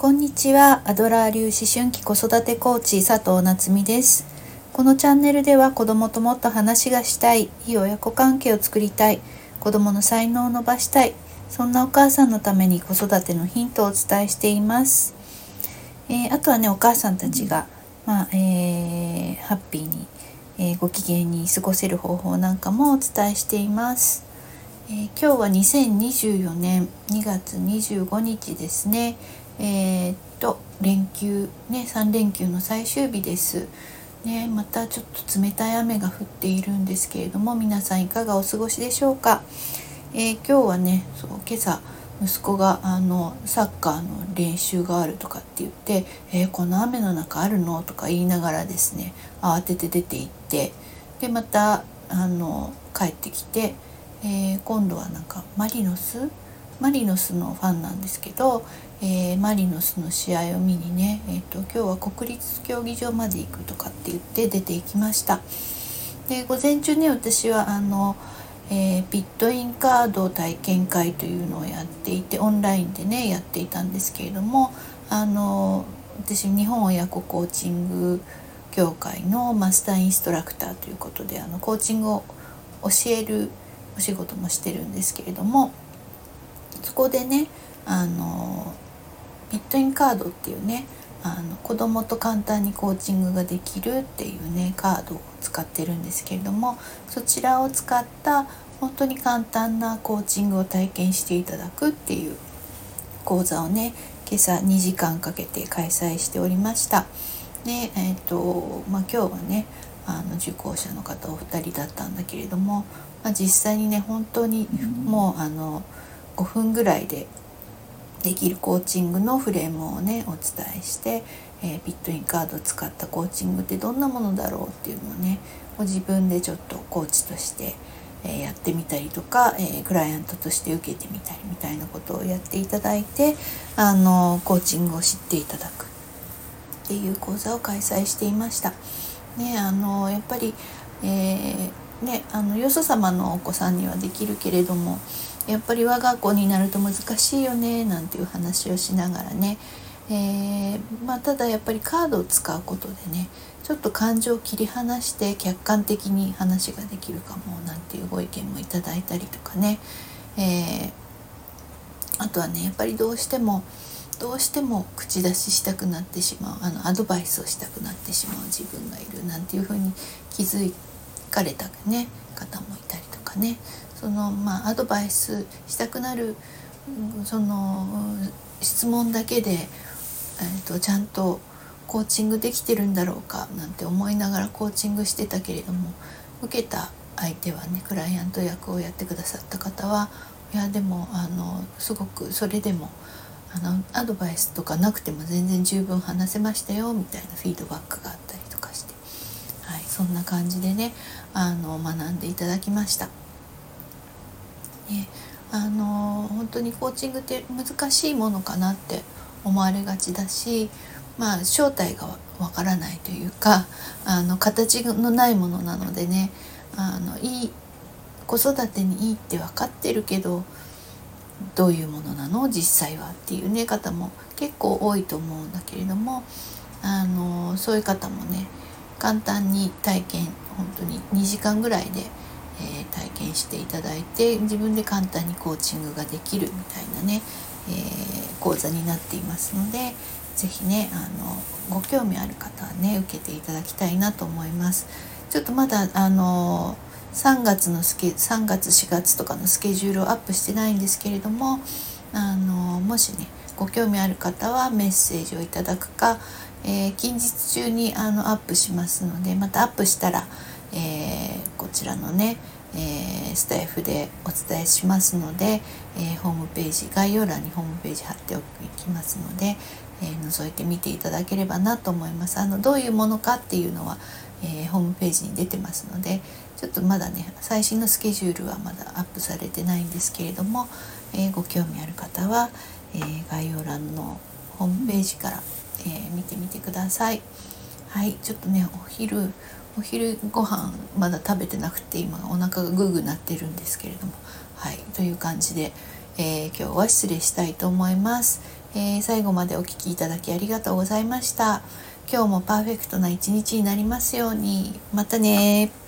こんにちは。アドラー流思春期子育てコーチ佐藤夏実です。このチャンネルでは子供ともっと話がしたい、いい親子関係を作りたい、子供の才能を伸ばしたい、そんなお母さんのために子育てのヒントをお伝えしています。あとはね、お母さんたちが、ハッピーに、ご機嫌に過ごせる方法なんかもお伝えしています。今日は2024年2月25日ですね。連休ね、3連休の最終日ですね。またちょっと冷たい雨が降っているんですけれども、皆さんいかがお過ごしでしょうか。今日はね、今朝息子がサッカーの練習があるとかって言って、この雨の中あるのとか言いながらですね、慌てて出て行って、でまた帰ってきて、今度はなんかマリノスのファンなんですけど、マリノスの試合を見にね、今日は国立競技場まで行くとかって言って出て行きました。で午前中ね、私はビットインカード体験会というのをやっていて、オンラインでねやっていたんですけれども、私日本親子コーチング協会のマスターインストラクターということで、コーチングを教えるお仕事もしてるんですけれども、そこでねビットインカードっていうね、子供と簡単にコーチングができるっていうねカードを使ってるんですけれども、そちらを使った本当に簡単なコーチングを体験していただくっていう講座をね、今朝2時間かけて開催しておりました。で、今日はね受講者の方お二人だったんだけれども、実際にね本当にもう5分ぐらいでできるコーチングのフレームをねお伝えして、ビットインカードを使ったコーチングってどんなものだろうっていうのをね自分でちょっとコーチとしてやってみたりとか、クライアントとして受けてみたりみたいなことをやっていただいて、コーチングを知っていただくっていう講座を開催していました。ね、やっぱり、よそ様のお子さんにはできるけれども、やっぱり我が子になると難しいよねなんていう話をしながらね、ただやっぱりカードを使うことでね、ちょっと感情を切り離して客観的に話ができるかもなんていうご意見もいただいたりとかね、あとはね、やっぱりどうしても口出ししたくなってしまう、アドバイスをしたくなってしまう自分がいるなんていうふうに気づかれた、ね、方もいたりとかね、アドバイスしたくなる質問だけで、ちゃんとコーチングできてるんだろうかなんて思いながらコーチングしてたけれども、受けた相手はね、クライアント役をやってくださった方は、いやでもすごくそれでもアドバイスとかなくても全然十分話せましたよみたいなフィードバックがあったりとかして、そんな感じでね学んでいただきました。本当にコーチングって難しいものかなって思われがちだし、正体がわからないというか形のないものなのでね、子育てにいいって分かってるけどどういうものなの実際はっていうね方も結構多いと思うんだけれども、そういう方もね簡単に体験、本当に2時間ぐらいで、体験していただいて、自分で簡単にコーチングができるみたいなね、講座になっていますので、ぜひねご興味ある方はね受けていただきたいなと思います。ちょっとまだ3月4月とかのスケジュールをアップしてないんですけれども、もしねご興味ある方はメッセージをいただくか、近日中にアップしますので、またアップしたら、こちらのね、スタイフでお伝えしますので、ホームページ概要欄にホームページ貼っておきますので、覗いてみていただければなと思います。どういうものかっていうのは、ホームページに出てますので、ちょっとまだね最新のスケジュールはまだアップされてないんですけれども、ご興味ある方は、概要欄のホームページから、見てみてください。ちょっとねお昼ご飯まだ食べてなくて今お腹がグーグー鳴ってるんですけれども、という感じで、今日は失礼したいと思います。 最後までお聞きいただきありがとうございました。今日もパーフェクトな一日になりますように。またね。